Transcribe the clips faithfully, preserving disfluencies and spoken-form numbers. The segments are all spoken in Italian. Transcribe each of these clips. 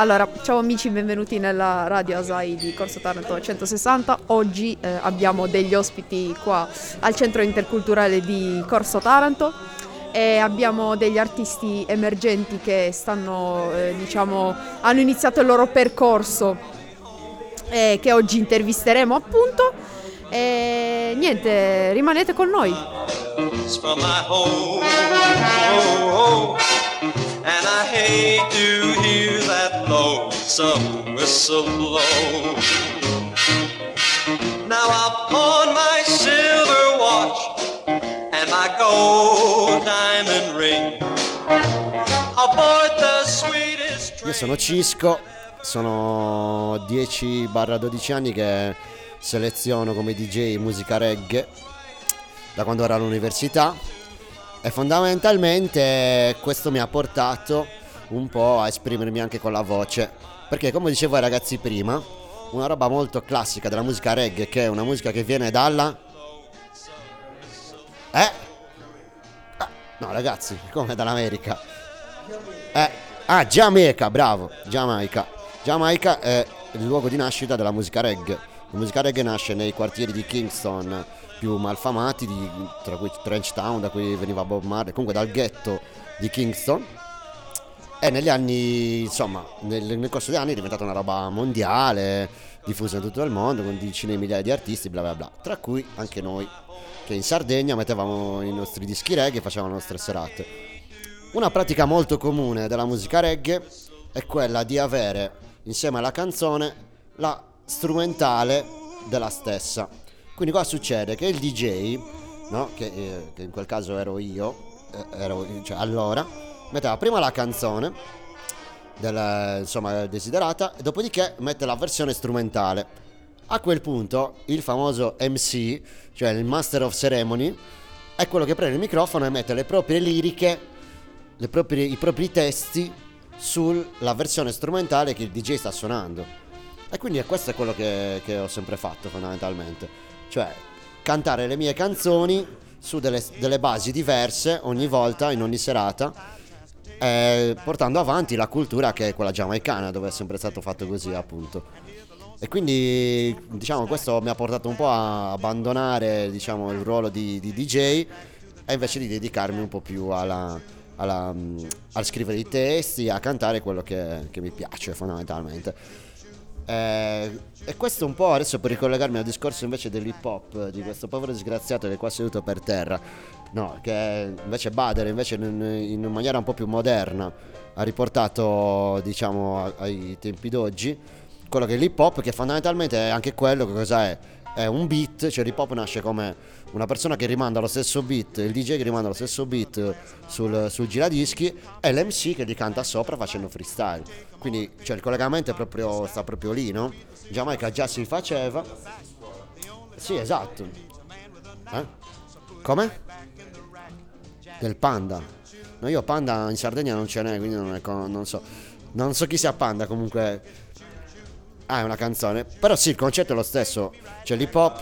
Allora, ciao amici, benvenuti nella radio Asai di Corso Taranto centosessanta. Oggi eh, abbiamo degli ospiti qua al Centro Interculturale di Corso Taranto e abbiamo degli artisti emergenti che stanno, eh, diciamo, hanno iniziato il loro percorso e che oggi intervisteremo appunto. E niente, rimanete con noi. From my home, oh, oh, and I hate to hear that lonesome whistle blow. Now I'll pawn my silver watch and my gold diamond ring aboard the sweetest train. Io sono Cisco, sono dieci dodici anni che seleziono come D J musica reggae da quando ero all'università e fondamentalmente questo mi ha portato un po' a esprimermi anche con la voce, perché come dicevo ai ragazzi prima, una roba molto classica della musica reggae, che è una musica che viene dalla eh ah, no ragazzi, come dall'America eh ah Giamaica, bravo, Giamaica Giamaica è il luogo di nascita della musica reggae. La musica reggae nasce nei quartieri di Kingston più malfamati, di, tra cui Trench Town, da cui veniva Bob Marley, comunque dal ghetto di Kingston, e negli anni, insomma, nel, nel corso degli anni è diventata una roba mondiale, diffusa in tutto il mondo, con decine di migliaia di artisti, bla bla bla, tra cui anche noi, che in Sardegna mettevamo i nostri dischi reggae e facevamo le nostre serate. Una pratica molto comune della musica reggae è quella di avere, insieme alla canzone, la strumentale della stessa. Quindi qua succede che il D J, no, che, eh, che in quel caso ero io, eh, ero, cioè allora, metteva prima la canzone del, insomma, desiderata, e dopodiché mette la versione strumentale. A quel punto il famoso M C, cioè il Master of Ceremony, è quello che prende il microfono e mette le proprie liriche, le proprie, i propri testi sulla versione strumentale che il D J sta suonando. E quindi questo è quello che, che ho sempre fatto fondamentalmente, cioè cantare le mie canzoni su delle, delle basi diverse ogni volta, in ogni serata, eh, portando avanti la cultura che è quella giamaicana, dove è sempre stato fatto così appunto. E quindi diciamo questo mi ha portato un po' a abbandonare, diciamo, il ruolo di, di D J, e invece di dedicarmi un po' più alla, alla, al scrivere i testi, a cantare quello che, che mi piace fondamentalmente. Eh, e questo un po' adesso per ricollegarmi al discorso invece dell'hip hop, di questo povero disgraziato che è qua seduto per terra, no, che invece Bader invece in, in maniera un po' più moderna ha riportato, diciamo, ai tempi d'oggi quello che è l'hip hop, che fondamentalmente è anche quello che cosa è? È un beat, cioè l'hip hop nasce come una persona che rimanda lo stesso beat, il D J che rimanda lo stesso beat sul, sul giradischi, e l'M C che gli canta sopra facendo freestyle. Quindi cioè, il collegamento è proprio, sta proprio lì, no? In Giamaica già si faceva. Sì, esatto. Eh? Come? Del Panda. No, io Panda in Sardegna non ce n'è, quindi non, è, non so. Non so chi sia Panda, comunque. Ah, è una canzone. Però sì, il concetto è lo stesso. Cioè l'hip hop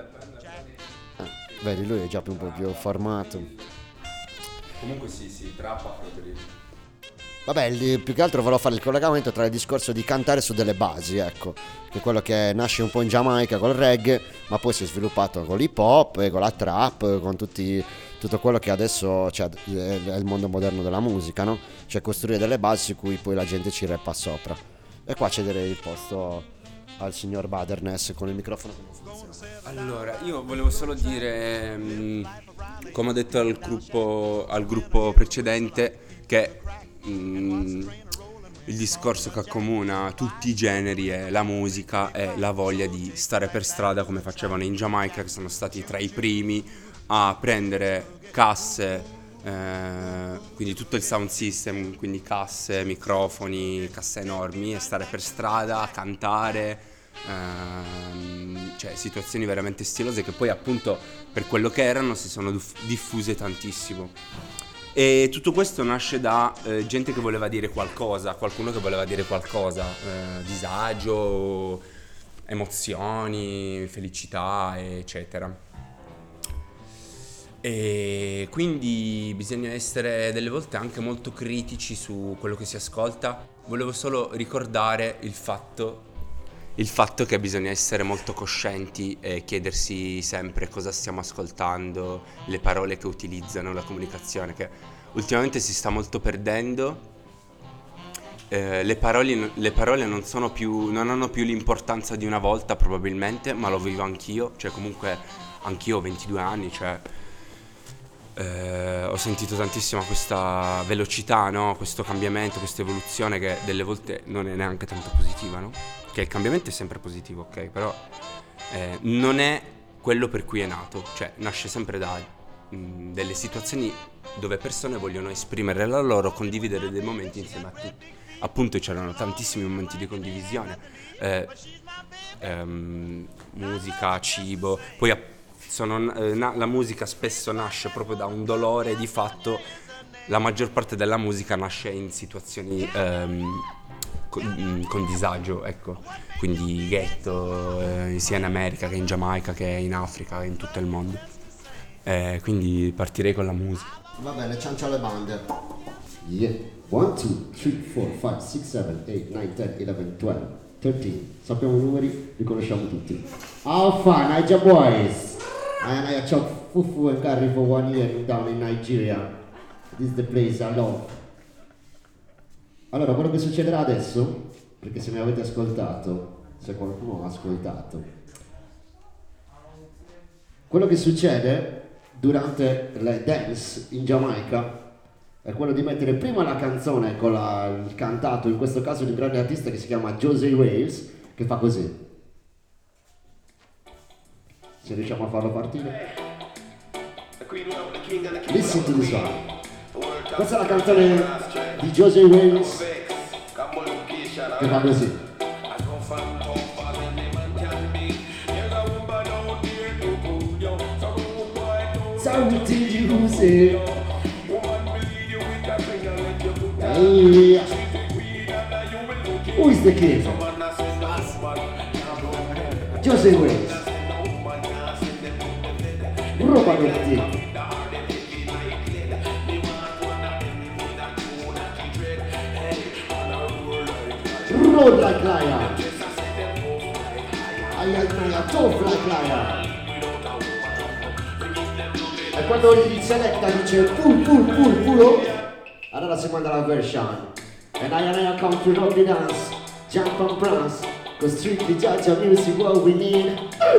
eh, vedi, lui è già più, un po' più formato. Comunque sì, sì, trappa proprio lì. Vabbè, il, più che altro volevo fare il collegamento tra il discorso di cantare su delle basi, ecco, che è quello che nasce un po' in Giamaica col reggae, ma poi si è sviluppato con l'hip hop, con la trap, con tutti, tutto quello che adesso, cioè, è il mondo moderno della musica, no? Cioè costruire delle basi su cui poi la gente ci rappa sopra. E qua cederei il posto al signor Baderness con il microfono che non funziona. Allora, io volevo solo dire, mh, come ho detto al gruppo, al gruppo precedente, che mh, il discorso che accomuna tutti i generi è la musica e la voglia di stare per strada come facevano in Giamaica, che sono stati tra i primi a prendere casse, eh, quindi tutto il sound system, quindi casse, microfoni, casse enormi, e stare per strada a cantare, ehm, cioè situazioni veramente stilose che poi appunto per quello che erano si sono diffuse tantissimo. E tutto questo nasce da eh, gente che voleva dire qualcosa, qualcuno che voleva dire qualcosa, eh, disagio, emozioni, felicità, eccetera. E quindi bisogna essere delle volte anche molto critici su quello che si ascolta volevo solo ricordare il fatto, il fatto che bisogna essere molto coscienti e chiedersi sempre cosa stiamo ascoltando, le parole che utilizzano, la comunicazione, che ultimamente si sta molto perdendo. Eh, le parole, le parole non sono più, non hanno più l'importanza di una volta probabilmente, ma lo vivo anch'io, cioè comunque anch'io ho ventidue anni, cioè eh, ho sentito tantissimo questa velocità, no? Questo cambiamento, questa evoluzione che delle volte non è neanche tanto positiva, no? Che il cambiamento è sempre positivo, ok, però eh, non è quello per cui è nato, cioè nasce sempre da mh, delle situazioni dove persone vogliono esprimere la loro, condividere dei momenti insieme a tutti. Appunto c'erano tantissimi momenti di condivisione, eh, ehm, musica, cibo, poi sono, eh, na- la musica spesso nasce proprio da un dolore, di fatto la maggior parte della musica nasce in situazioni ehm, con, con disagio, ecco, quindi ghetto, eh, sia in America che in Giamaica che in Africa che in tutto il mondo, eh, quindi partirei con la musica. Va bene, ciancio alle bande. Yeah. one, two, three, four, five, six, seven, eight, nine, ten, eleven, twelve, thirteen. Sappiamo i numeri, li conosciamo tutti. Alpha, Niger Boys. And I chop fufu and curry for one year down in Nigeria. This is the place I love. Allora, quello che succederà adesso, perché se mi avete ascoltato, se qualcuno ha ascoltato, quello che succede durante le dance in Giamaica è quello di mettere prima la canzone con la, il cantato, in questo caso di un grande artista che si chiama Josey Wales, che fa così. Se riusciamo a farlo partire. Listen to this one. Questa è la canzone di Josey Wales che fa così. Salve Jose. Hey. Who is the king? Josey Wales. Roba Dotti. Road like lion. I like lion, tough like lion. E quando il selecta dice pull, pull, pull, pull up, allora si manda la version. And I and I come to rock the dance, jump and prance, cause strictly judge of music what we need.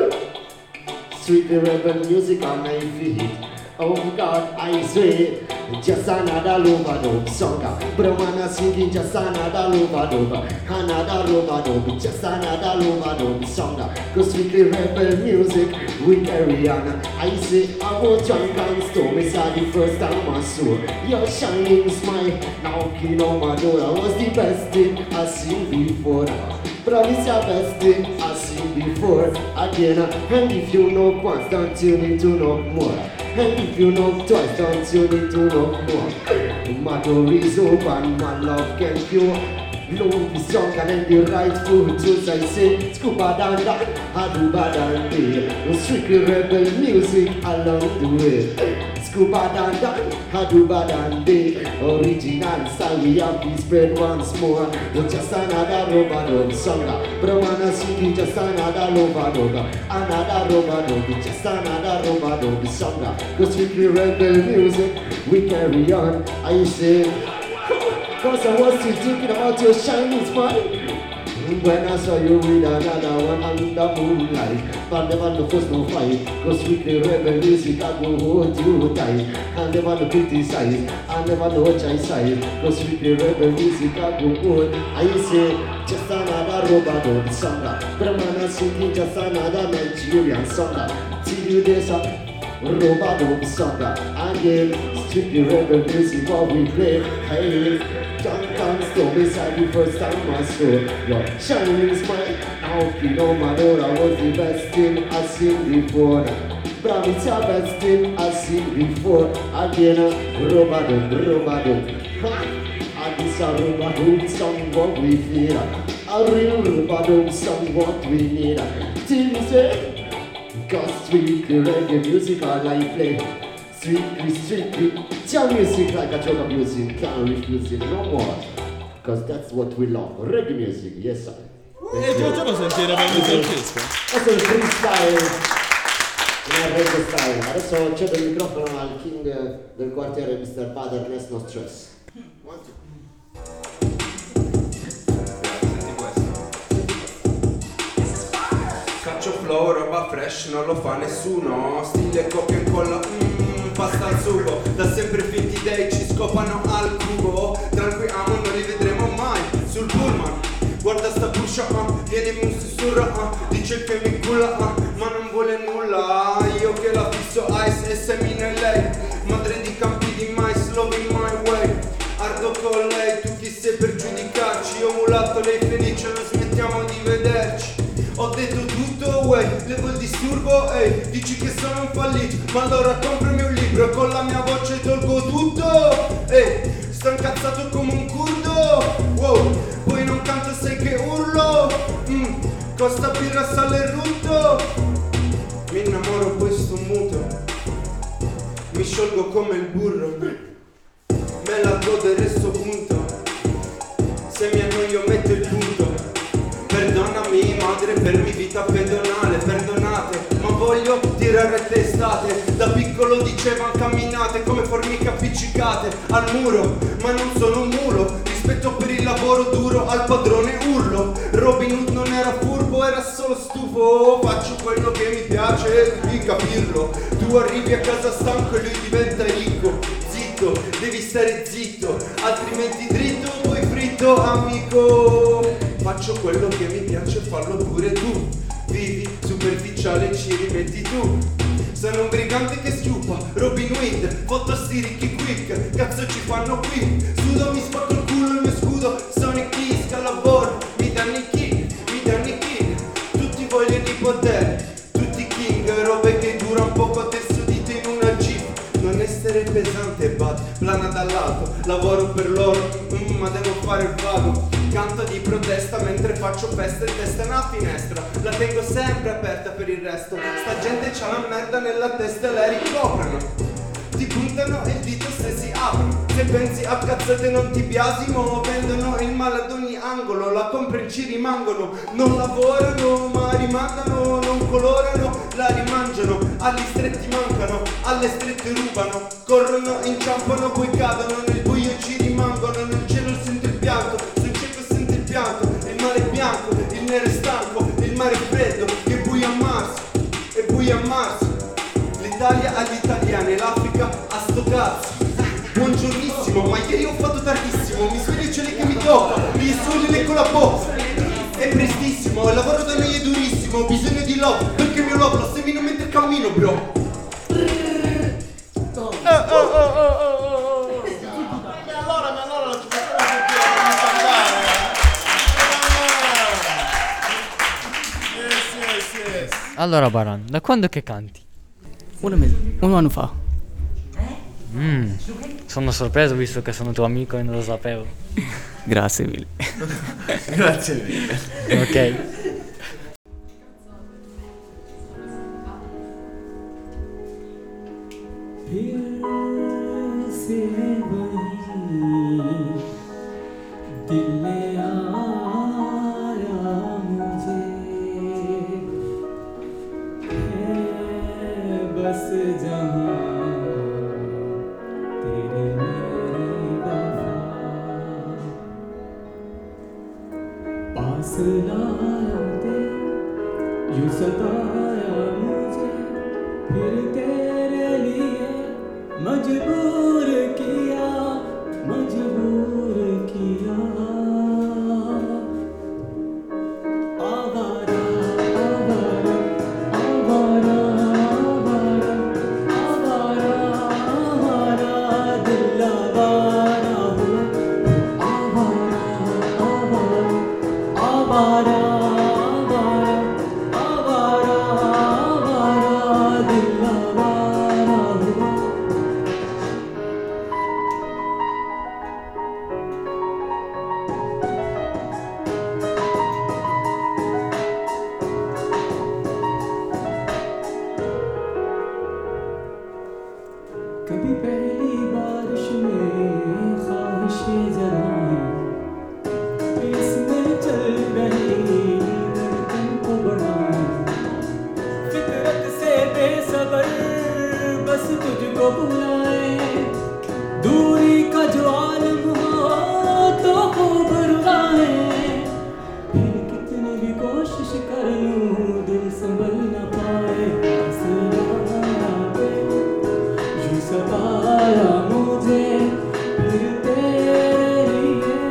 Strictly rebel music on my feet. Oh God, I swear, just another lover song. Brahmana singing just another lover another lover just another lover song. Cause strictly rebel music we carry on. I say I was drunk and stone, it's the first time I saw your shining smile. Now you know my door, I was the best thing I seen before. Promise your best thing I seen before again. And if you know once, don't tune into no more. And if you know twice, don't tune into no more. My door is open, my love can cure. Love is stronger than the right foot, just I say. Scuba down down, Aduba down there. Strictly rebel music along the way. Scuba down down, Aduba down there. Original style we have to spread once more. Just another rubber song. Brahmana singing just another rubber another rubber just another rubber song. Cause strictly rebel music we carry on. I say. Cause I was still thinking about your shining smile when I saw you with another one under moonlight. But never no fuss, no fight. Cause with the rebel music I go hold you tight. I never no criticize, I never no chastise. Cause with the rebel music I go hold. I say, just another robot song. Brahmana singing just another Nigerian song. Till you there's a robot song. Again, strictly rebel music what we play. Hey. Don't come stop beside the first time I saw your shining smile. Now you know my Lord, I was the best thing I seen before. But it's your best thing I seen before. Again, Robado, Robado. And this a Robado song what we feel. A real Robado song what we need. Till you say, cause sweet reggae music all I play. Strictly, strictly, tell music like a joke of music, can't refuse it no more. because that's what we love. Reggae music, yes I. E facciamo sentire Paolo Francesco. Questo è il freestyle, non è reggae style. Adesso cedo il microfono al king del quartiere, mister Bader, Ness No Stress. Caccio flow, roba fresh, non lo fa nessuno. Stile coca e colla, mmm, pasta al sugo. Da sempre finti dei ci scopano al cubo. Tranquilliamo, non li vedremo mai sul pullman. Guarda sta buscia, ah, viene un sussurra, ah, dice che mi culla, ah, ma non vuole nulla. Io che la fisso ice e semina in lei. Madre di campi di mais, love in my way. Ardo con lei, tu chi sei per giudicarci? Io mulatto, lei felice, non smettiamo di vederci. Ho detto tutto, wey, levo il disturbo, ehi, dici che sono un fallito, ma allora comprami un libro e con la mia voce tolgo tutto, ehi, sto incazzato come un curdo, wow, poi non canto sai che urlo, mm, costa birra sale e rutto, mi innamoro poi sto muto, mi sciolgo come il burro, me la godo e resto punto, se mi annoio metto il punto. Perdonami madre per mi vita pedonale, perdonate, ma voglio tirare testate. Da piccolo dicevano camminate come formiche appiccicate al muro, ma non sono un mulo. Rispetto per il lavoro duro, al padrone urlo. Robin Hood non era furbo, era solo stufo. Faccio quello che mi piace, devi capirlo. Tu arrivi a casa stanco e lui diventa ricco. Zitto, devi stare zitto, altrimenti dritto poi fritto, amico. Faccio quello che mi piace, farlo pure tu. Vivi superficiale, ci rimetti tu. Sono un brigante che schiuppa, Robin Hood, foto sti ricchi quick. Cazzo ci fanno qui? Sudo, mi spacco il culo, il mio scudo. Sonic Kiss, al lavoro, mi danno i kick, mi danno i kick. Tutti vogliono i potere, tutti king. Robe che durano poco, terzo dito in una jeep. Non essere pesante, bad, plana dall'alto. Lavoro per loro, mm, ma devo fare il vago. Canto di protesta mentre faccio festa in testa una finestra. La tengo sempre aperta per il resto. Sta gente c'ha la merda nella testa e la ricoprono. Ti puntano il dito se si aprono. Se pensi a cazzate non ti biasimo. Vendono il male ad ogni angolo. La compri e ci rimangono. Non lavorano ma rimandano. Non colorano, la rimangiano. Agli stretti mancano, alle strette rubano. Corrono, inciampano, poi cadono. Nel buio ci rimangono. Nel cielo sento il pianto. Il mare è bianco, il nero è stanco, il mare è freddo, che buia a marzo, e buia a marzo. L'Italia agli italiani e l'Africa a sto cazzo. Buongiornissimo, ma ieri ho fatto tardissimo, mi sveglio e c'è lì che mi tocca, mi sogno lei con la bocca. È prestissimo, il lavoro da noi è durissimo, ho bisogno di love, perché il mio love lo semino mentre cammino, bro. Oh, oh, oh, oh, oh, oh. Ma allora, ma allora ci facciamo Allora Baran, da quando che canti? Un mese, un anno fa. Mm, sono sorpreso visto che sono tuo amico e non lo sapevo. Grazie mille. Grazie mille. Ok. मुझको बुलाए दूरी का जो आलम हो तो खूब रुलाए फिर कितनी भी कोशिश कर लूं दिल संभल न पाए यूं सताया मुझे फिर तेरी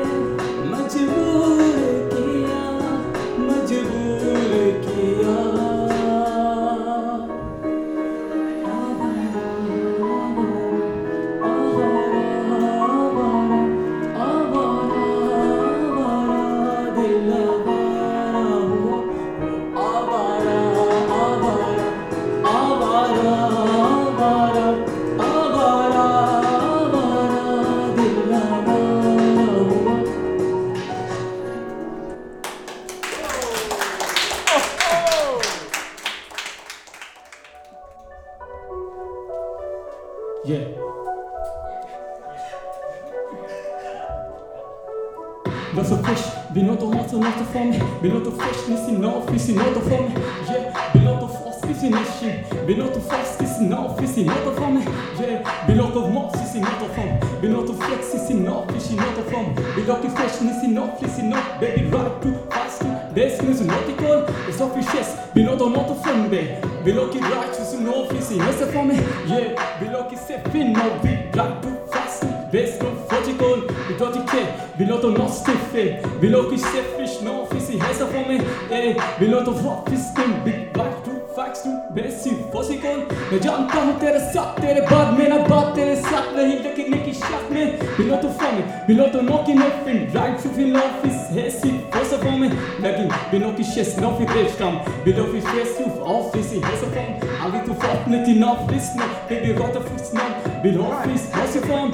मजबूर किया मजबूर किया Yeah. Not so fresh, be not on not not for me, be not too freshness in office, not for me. Yeah, be not too fast, this in nation, be not too fast, this in office, not for me. Yeah, be not of moss, this in not for me, be not too flex, this in office, not for me. Be not too freshness in office, not baby right too fast. This is not equal, it's officious, be not on not for me. Be lucky right to some office, not for me. Yeah, be lucky safe in no be right too fast. Best no vertical, we don't care. We not on not stiff, we lucky selfish, no office, has a for me. Eh, we not of rock system, big black to facts to best vertical. मैं जानता हूँ तेरे साथ तेरे बाद मेरा बात तेरे साथ नहीं लेकिन एक ही शॉट में. We not of for me, we not on knocking nothing, right to feel office, has it first of all me. लेकिन we not की chest, no fi bitch come, we not fi face to office, has a for me. I need to fuck not enough, listen, baby got a foot snap, we not office, has a for me.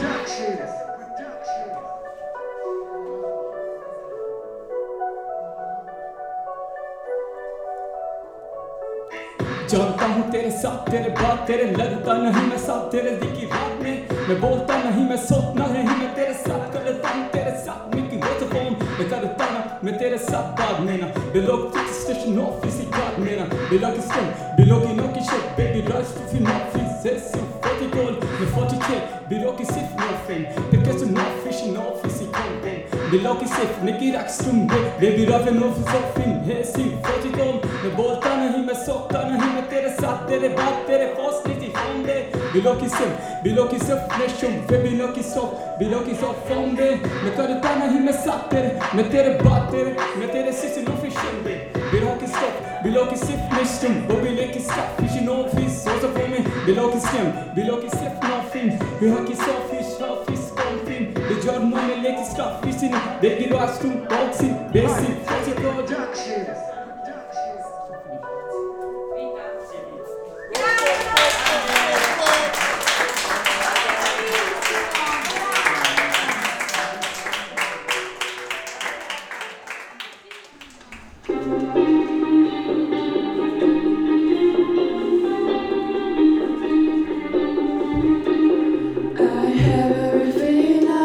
जानता हूँ तेरे साथ तेरे बाद तेरे लगता नहीं मैं साथ तेरे दिल की रात में मैं बोलता नहीं मैं सोचना नहीं मैं तेरे साथ कर लेता हूँ तेरे साथ मेकिंग what's the phone मैं करता ना मैं तेरे साथ बाद में ना below the station office card में ना below the stem below the no की shit baby rush to feel office it's so forty gold मैं forty k below की सिर्फ no fame ते कैसे no fish no office card below की सिर्फ निकी रक्स तुम baby rush no office offing hey see forty gold मैं बोलता नहीं मैं सोचता नहीं मैं तेरे साथ तेरे बाद तेरे फर्स्ट नीति फोंडे below की सिर्फ below की सिर्फ फ्रेशम वे below की soft below की soft फोंडे मैं करता नहीं मैं साथ तेरे मैं तेरे बाद तेरे मैं तेरे सिर्फ no fishing बे below की soft below की सिर्फ फ्रेशम वो below की soft fishing no fish also for me below की stem below की सिर्फ nothing below की soft fish soft fish something the journal में लेके stop fishing baby rush to boxing basic for production.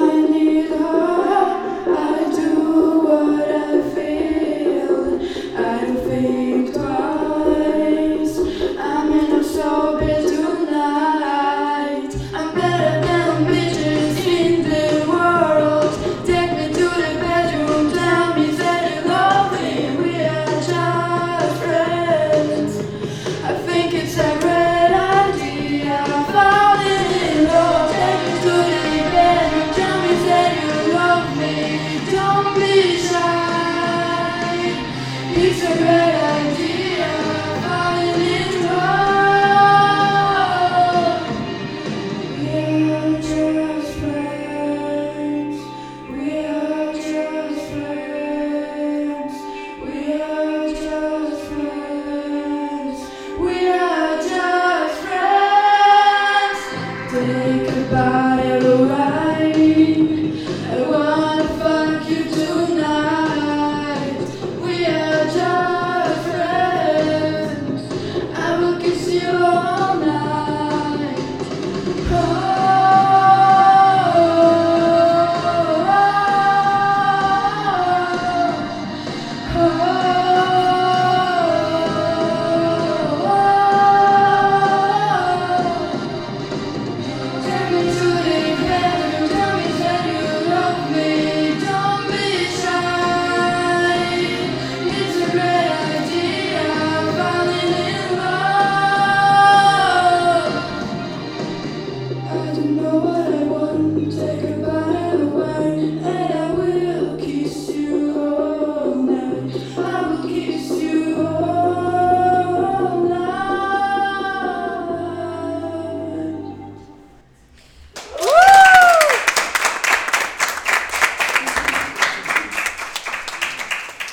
I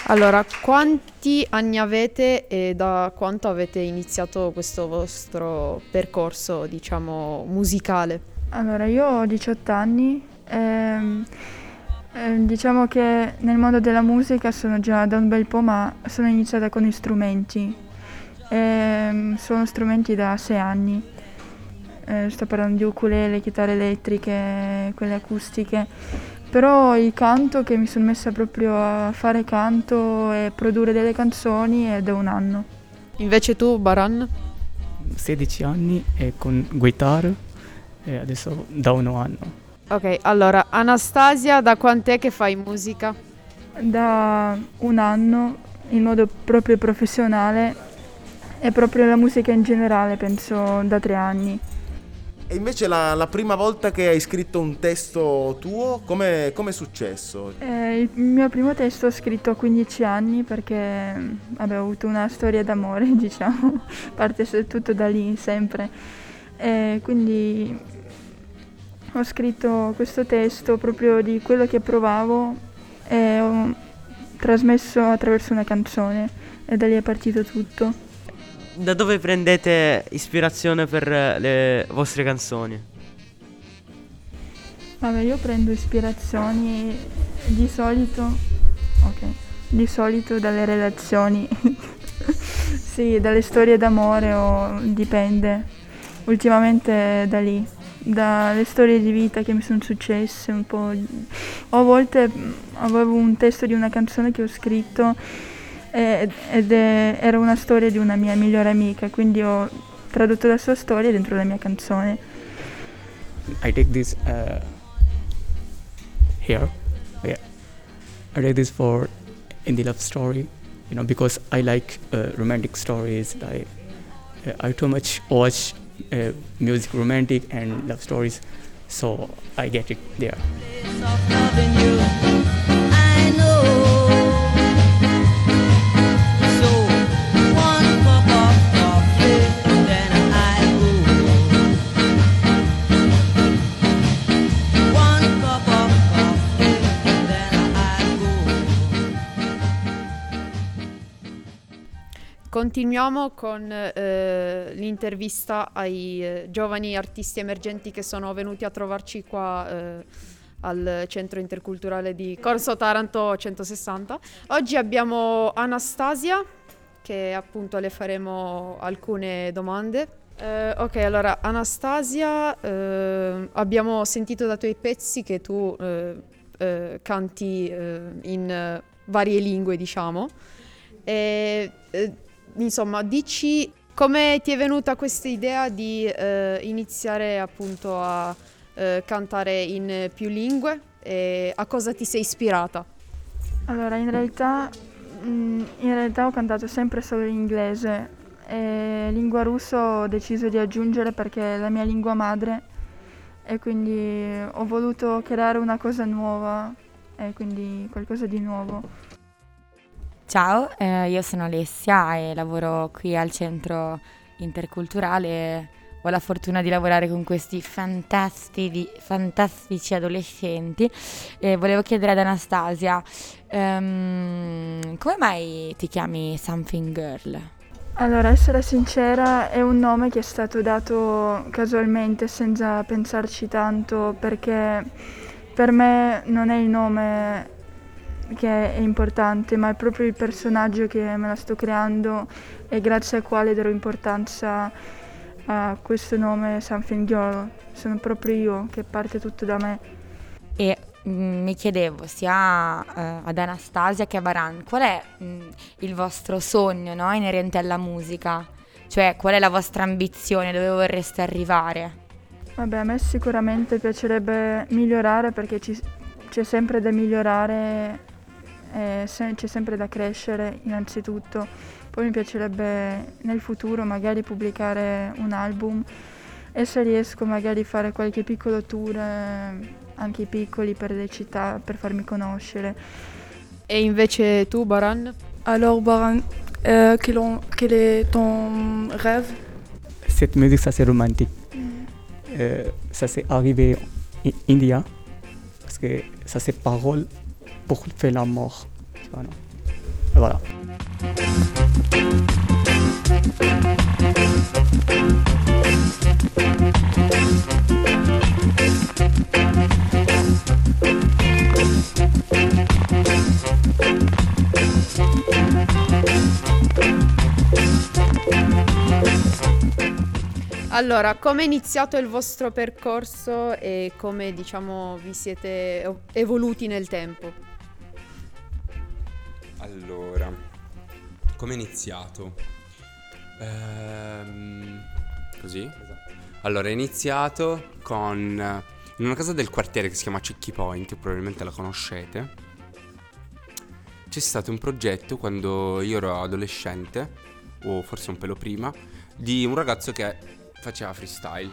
Allora, quanti anni avete e da quanto avete iniziato questo vostro percorso, diciamo, musicale? Allora, io ho diciotto anni, ehm, ehm, diciamo che nel mondo della musica sono già da un bel po', ma sono iniziata con gli strumenti. Ehm, sono strumenti da sei anni. Eh, sto parlando di ukulele, chitarre elettriche, quelle acustiche. Però il canto, che mi sono messa proprio a fare canto e produrre delle canzoni, è da un anno. Invece tu, Baran? sedici anni e con guitarra e adesso da un anno. Ok, allora, Anastasia, da quant'è che fai musica? Da un anno, in modo proprio professionale, e proprio la musica in generale, penso da tre anni. E invece la, la prima volta che hai scritto un testo tuo, come è successo? Eh, il mio primo testo ho scritto a quindici anni perché vabbè, ho avuto una storia d'amore, diciamo, parte tutto da lì sempre. E quindi ho scritto questo testo proprio di quello che provavo e ho trasmesso attraverso una canzone e da lì è partito tutto. Da dove prendete ispirazione per le vostre canzoni? Vabbè, io prendo ispirazioni di solito, ok, di solito dalle relazioni, sì, dalle storie d'amore o dipende, ultimamente da lì, dalle storie di vita che mi sono successe un po', o a volte avevo un testo di una canzone che ho scritto ed è, era una storia di una mia migliore amica, quindi ho tradotto la sua storia dentro la mia canzone. I take this uh, here, yeah. I take this for indie love story, you know, because I like uh, romantic stories. Like uh, I too much watch uh, music, romantic and love stories, so I get it there. Continuiamo con eh, l'intervista ai eh, giovani artisti emergenti che sono venuti a trovarci qua eh, al Centro Interculturale di Corso Taranto centosessanta. Oggi abbiamo Anastasia, che appunto le faremo alcune domande. Eh, ok, allora Anastasia, eh, abbiamo sentito da tuoi pezzi che tu eh, eh, canti eh, in eh, varie lingue, diciamo. E, eh, insomma, dici come ti è venuta questa idea di eh, iniziare appunto a eh, cantare in più lingue e a cosa ti sei ispirata? Allora, in realtà, in realtà ho cantato sempre solo in inglese e lingua russa ho deciso di aggiungere perché è la mia lingua madre e quindi ho voluto creare una cosa nuova e quindi qualcosa di nuovo. Ciao, eh, io sono Alessia e lavoro qui al Centro Interculturale. Ho la fortuna di lavorare con questi fantastici, fantastici adolescenti e volevo chiedere ad Anastasia, um, come mai ti chiami Something Girl? Allora, essere sincera, è un nome che è stato dato casualmente senza pensarci tanto perché per me non è il nome che è importante, ma è proprio il personaggio che me la sto creando e grazie al quale darò importanza a questo nome Something Girl. Sono proprio io, che parte tutto da me. E mh, mi chiedevo sia uh, ad Anastasia che a Baran, qual è mh, il vostro sogno, no, inerente alla musica? Cioè, qual è la vostra ambizione, dove vorreste arrivare? Vabbè, a me sicuramente piacerebbe migliorare perché ci, c'è sempre da migliorare. Eh, se, c'è sempre da crescere innanzitutto, poi mi piacerebbe nel futuro magari pubblicare un album e se riesco magari fare qualche piccolo tour eh, anche i piccoli per le città per farmi conoscere. E invece tu, Baran? Alors Baran, euh, quel, on, quel est ton rêve? Cette musique, ça c'est romantique. Mm. Euh, ça c'est arrivé en India parce que ça c'est parole pour faire la mort. Tu vois, non? Voilà. Allora, come è iniziato il vostro percorso e come, diciamo, vi siete evoluti nel tempo? Allora, come è iniziato? Ehm, così? Allora, è iniziato con in una casa del quartiere che si chiama Checky Point, probabilmente la conoscete. C'è stato un progetto quando io ero adolescente, o forse un pelo prima, di un ragazzo che faceva freestyle.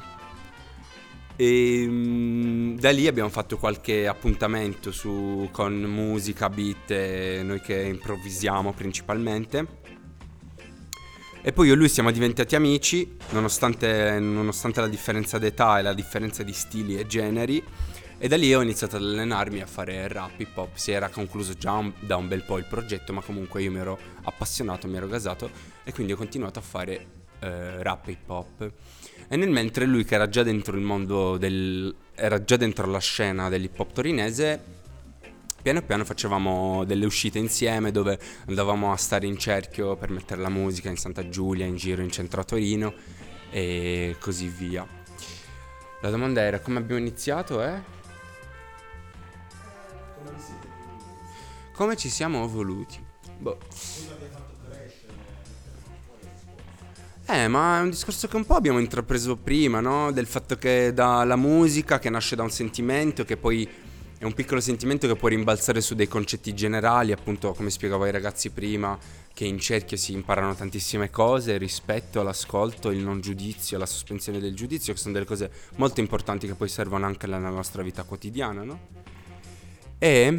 E mm, da lì abbiamo fatto qualche appuntamento su, con musica, beat, e noi che improvvisiamo principalmente. E poi io e lui siamo diventati amici, nonostante, nonostante la differenza d'età e la differenza di stili e generi. E da lì ho iniziato ad allenarmi a fare rap, hip hop. Si era concluso già un, da un bel po' il progetto, ma comunque io mi ero appassionato, mi ero gasato, e quindi ho continuato a fare eh, rap e hip hop. E nel mentre lui, che era già dentro il mondo del... era già dentro la scena dell'hip hop torinese, piano piano facevamo delle uscite insieme dove andavamo a stare in cerchio per mettere la musica in Santa Giulia, in giro in centro a Torino e così via. La domanda era come abbiamo iniziato, eh? Come ci siamo evoluti? Boh. Eh, ma è un discorso che un po' abbiamo intrapreso prima, no? Del fatto che dalla musica, che nasce da un sentimento, che poi è un piccolo sentimento che può rimbalzare su dei concetti generali, appunto come spiegavo ai ragazzi prima, che in cerchio si imparano tantissime cose, il rispetto, l'ascolto, il non giudizio, la sospensione del giudizio, che sono delle cose molto importanti che poi servono anche nella nostra vita quotidiana, no? E...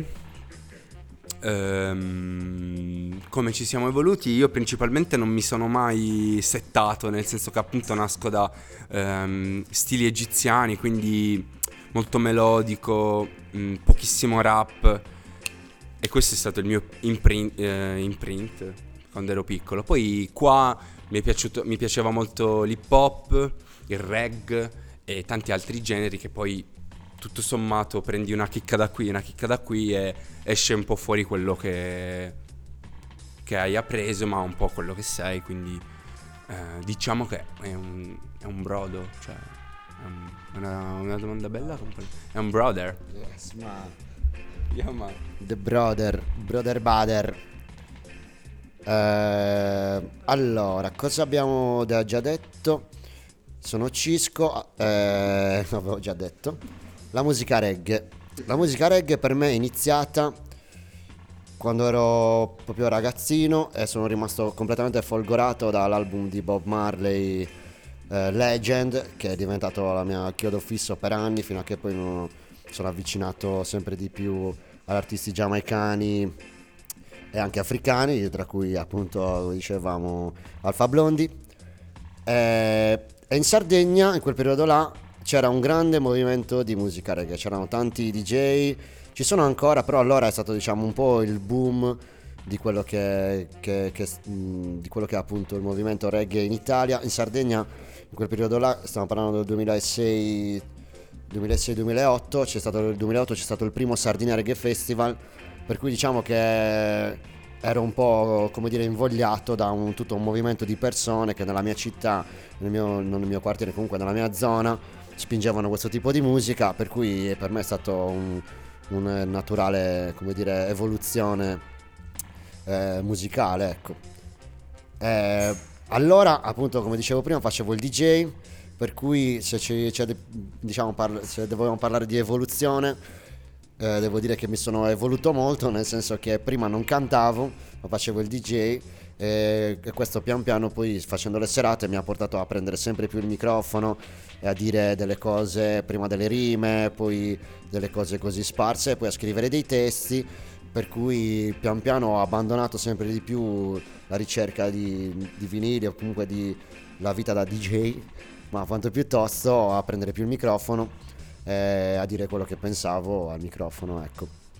Um, come ci siamo evoluti? Io principalmente non mi sono mai settato, nel senso che appunto nasco da um, stili egiziani, quindi molto melodico, mh, pochissimo rap, e questo è stato il mio imprint, eh, imprint quando ero piccolo. Poi qua mi è piaciuto, mi piaceva molto l'hip hop, il reggae e tanti altri generi che poi tutto sommato prendi una chicca da qui, una chicca da qui e esce un po' fuori quello che, che hai appreso, ma un po' quello che sei, quindi eh, diciamo che è un, è un brodo, cioè è un, una, una domanda bella, è un brother. Yes, ma yeah, ma the brother, brother bader. Eh, allora, cosa abbiamo già detto? Sono Cisco, eh, avevo già detto. La musica reggae. La musica reggae per me è iniziata quando ero proprio ragazzino e sono rimasto completamente folgorato dall'album di Bob Marley, eh, Legend, che è diventato la mia chiodo fisso per anni, fino a che poi mi sono avvicinato sempre di più ad artisti giamaicani e anche africani, tra cui appunto, come dicevamo, Alpha Blondy. E, e in Sardegna, in quel periodo là, c'era un grande movimento di musica reggae, c'erano tanti D J, ci sono ancora, però allora è stato, diciamo, un po' il boom di quello che, che, che di quello che è appunto il movimento reggae in Italia. In Sardegna in quel periodo là, stiamo parlando del duemilasei duemilaotto, c'è stato nel duemilaotto c'è stato il primo Sardinia Reggae Festival, per cui diciamo che ero un po', come dire, invogliato da un, tutto un movimento di persone che nella mia città, nel mio, non nel mio quartiere, comunque nella mia zona, spingevano questo tipo di musica, per cui per me è stato un, un naturale, come dire, evoluzione eh, musicale, ecco. Eh, allora, appunto, come dicevo prima, facevo il D J, per cui se, ci, c'è, diciamo, parla, se dovevamo parlare di evoluzione, eh, devo dire che mi sono evoluto molto, nel senso che prima non cantavo, ma facevo il D J, e questo pian piano poi, facendo le serate, mi ha portato a prendere sempre più il microfono e a dire delle cose, prima delle rime, poi delle cose così sparse, poi a scrivere dei testi, per cui pian piano ho abbandonato sempre di più la ricerca di, di vinili o comunque di la vita da D J, ma quanto piuttosto a prendere più il microfono e a dire quello che pensavo al microfono, ecco.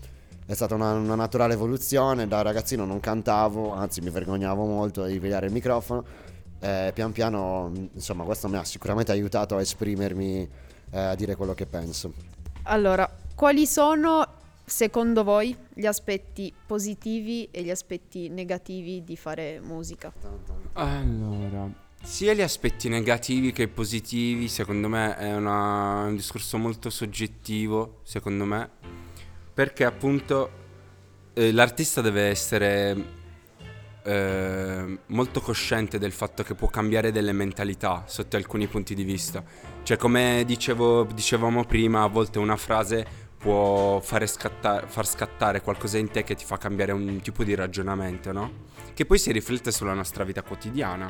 è stata una, una naturale evoluzione. Da ragazzino non cantavo, anzi mi vergognavo molto di pigliare il microfono, e pian piano, insomma, questo mi ha sicuramente aiutato a esprimermi, eh, a dire quello che penso. Allora, quali sono secondo voi gli aspetti positivi e gli aspetti negativi di fare musica? Allora, sia gli aspetti negativi che positivi, secondo me è una, un discorso molto soggettivo, secondo me, perché appunto eh, l'artista deve essere eh, molto cosciente del fatto che può cambiare delle mentalità sotto alcuni punti di vista. Cioè, come dicevo, dicevamo prima, a volte una frase può fare scattare, far scattare qualcosa in te che ti fa cambiare un tipo di ragionamento, no? Che poi si riflette sulla nostra vita quotidiana.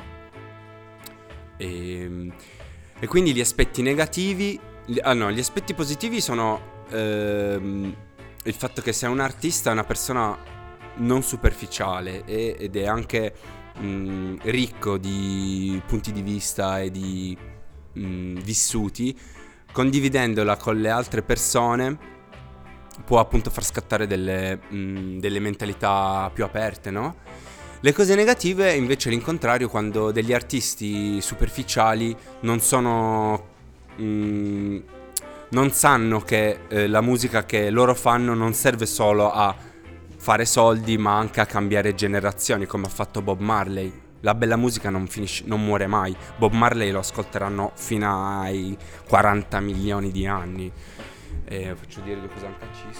E, e quindi gli aspetti negativi, gli, ah no, gli aspetti positivi sono ehm, il fatto che sei un artista, è una persona non superficiale e, ed è anche mh, ricco di punti di vista e di mh, vissuti. Condividendola con le altre persone può appunto far scattare delle, mh, delle mentalità più aperte, no? Le cose negative invece è l'incontrario, quando degli artisti superficiali non sono mh, non sanno che eh, la musica che loro fanno non serve solo a fare soldi, ma anche a cambiare generazioni, come ha fatto Bob Marley. La bella musica non finisce, non muore mai. Bob Marley lo ascolteranno fino ai quaranta milioni di anni. E faccio dire due cose anche a Cisco.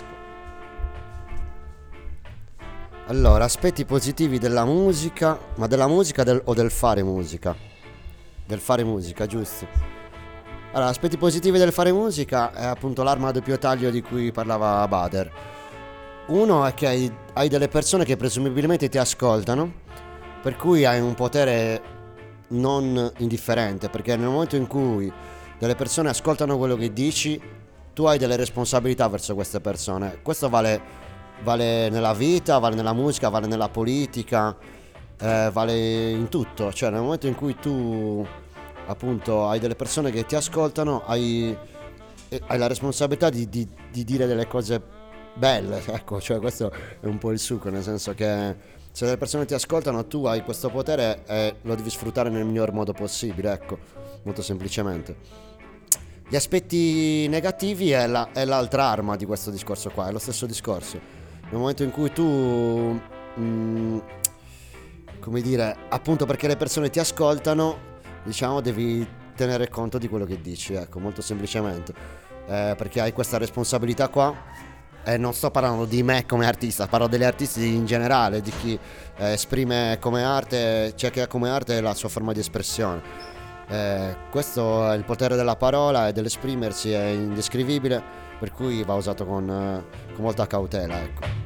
Allora, aspetti positivi della musica, ma della musica del, o del fare musica? Del fare musica, giusto? Allora, aspetti positivi del fare musica è appunto l'arma a doppio taglio di cui parlava Bader. Uno è che hai, hai delle persone che presumibilmente ti ascoltano, per cui hai un potere non indifferente, perché nel momento in cui delle persone ascoltano quello che dici, tu hai delle responsabilità verso queste persone. Questo vale, vale nella vita, vale nella musica, vale nella politica, eh, vale in tutto. Cioè, nel momento in cui tu appunto hai delle persone che ti ascoltano, hai, hai la responsabilità di, di, di dire delle cose belle, ecco. Cioè, questo è un po' il succo, nel senso che se le persone ti ascoltano, tu hai questo potere e lo devi sfruttare nel miglior modo possibile, ecco, molto semplicemente. Gli aspetti negativi è, la, è l'altra arma di questo discorso qua, è lo stesso discorso. Nel momento in cui tu, mh, come dire, appunto perché le persone ti ascoltano, diciamo, devi tenere conto di quello che dici, ecco, molto semplicemente. Eh, perché hai questa responsabilità qua. E non sto parlando di me come artista, parlo degli artisti in generale, di chi eh, esprime come arte, cioè che ha come arte la sua forma di espressione. Eh, questo è il potere della parola e dell'esprimersi, è indescrivibile, per cui va usato con, eh, con molta cautela, ecco.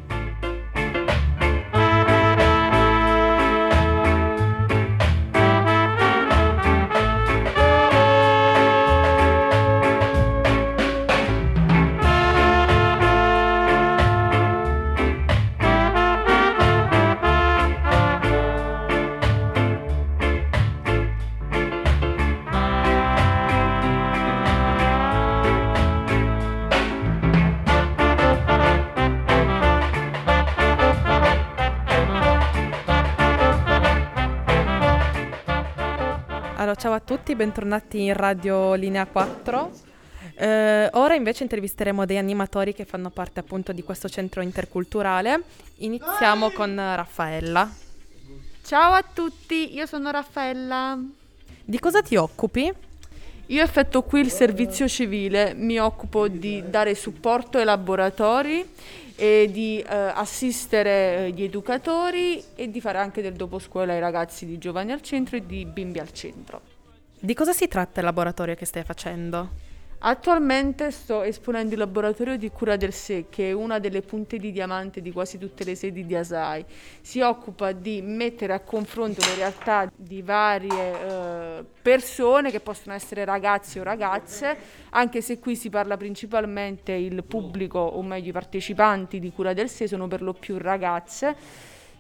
Allora, ciao a tutti, bentornati in Radio Linea quattro. Eh, ora invece intervisteremo dei animatori che fanno parte appunto di questo centro interculturale. Iniziamo con Raffaella. Ciao a tutti, io sono Raffaella. Di cosa ti occupi? Io effettuo qui il servizio civile, mi occupo di dare supporto ai laboratori e di eh, assistere gli educatori e di fare anche del doposcuola ai ragazzi di Giovani al Centro e di Bimbi al Centro. Di cosa si tratta il laboratorio che stai facendo? Attualmente sto esponendo il laboratorio di cura del sé, che è una delle punte di diamante di quasi tutte le sedi di A S A I. Si occupa di mettere a confronto le realtà di varie eh, persone, che possono essere ragazzi o ragazze, anche se qui si parla principalmente, il pubblico, o meglio i partecipanti di cura del sé sono per lo più ragazze,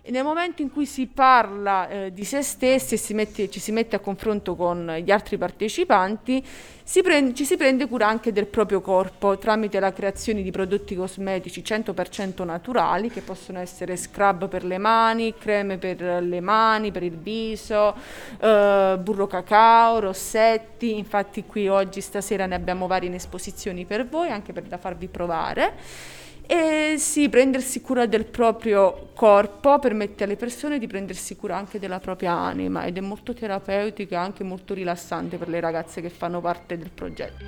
E nel momento in cui si parla eh, di se stessi e si mette, ci si mette a confronto con gli altri partecipanti, si prende, ci si prende cura anche del proprio corpo tramite la creazione di prodotti cosmetici cento per cento naturali, che possono essere scrub per le mani, creme per le mani, per il viso, eh, burro cacao, rossetti. Infatti qui oggi stasera ne abbiamo vari in esposizioni per voi, anche per da farvi provare. E sì, prendersi cura del proprio corpo permette alle persone di prendersi cura anche della propria anima, ed è molto terapeutica e anche molto rilassante per le ragazze che fanno parte del progetto.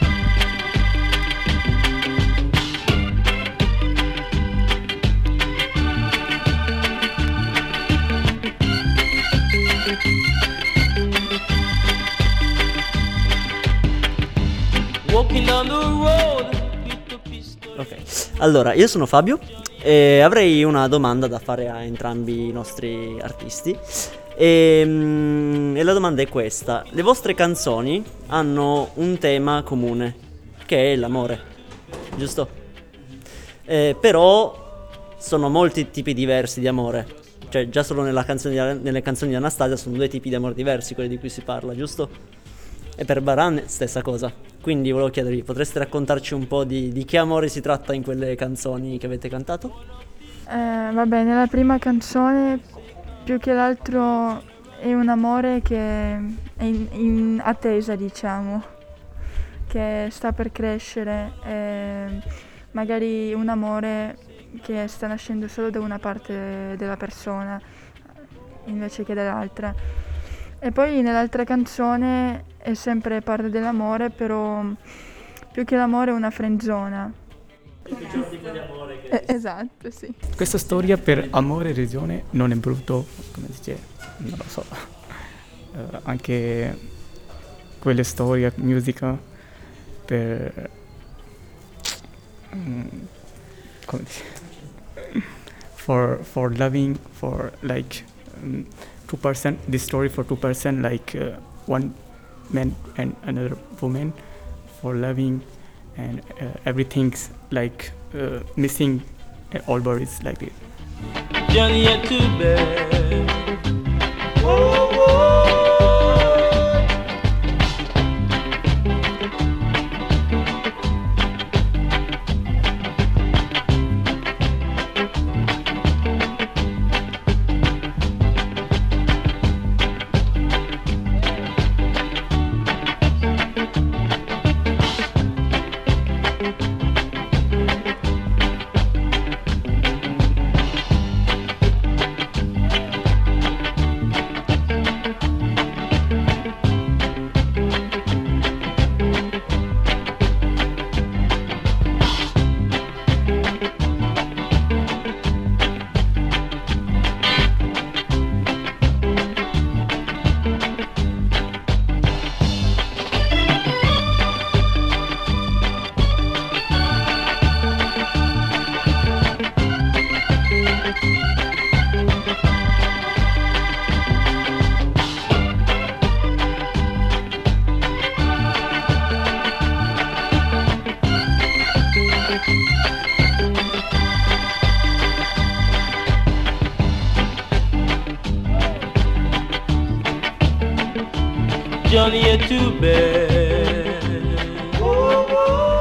Walking down the road. Ok, allora io sono Fabio e avrei una domanda da fare a entrambi i nostri artisti e, mm, e la domanda è questa: le vostre canzoni hanno un tema comune che è l'amore, giusto? Eh, però sono molti tipi diversi di amore, cioè già solo nella canzone di, nelle canzoni di Anastasia sono due tipi di amore diversi, quelli di cui si parla, giusto? E per Baran stessa cosa. Quindi volevo chiedervi, potreste raccontarci un po' di, di che amore si tratta in quelle canzoni che avete cantato? Eh, vabbè, nella prima canzone più che l'altro è un amore che è in, in attesa, diciamo, che sta per crescere, e magari un amore che sta nascendo solo da una parte della persona invece che dall'altra. E poi nell'altra canzone è sempre parte dell'amore, però più che l'amore è una friendzona. Eh, esatto, sì. Questa storia per amore e religione non è brutto, come si dice, non lo so. Uh, anche quelle storie, musica, per... Um, come si dice? For, for loving, for like... Um, two person, this story for two person, like uh, one man and another woman, for loving, and uh, everything's like uh, missing, uh, all bodies like it. Johnny had to bed. Whoa, whoa. Johnny had to bed. Whoa, whoa.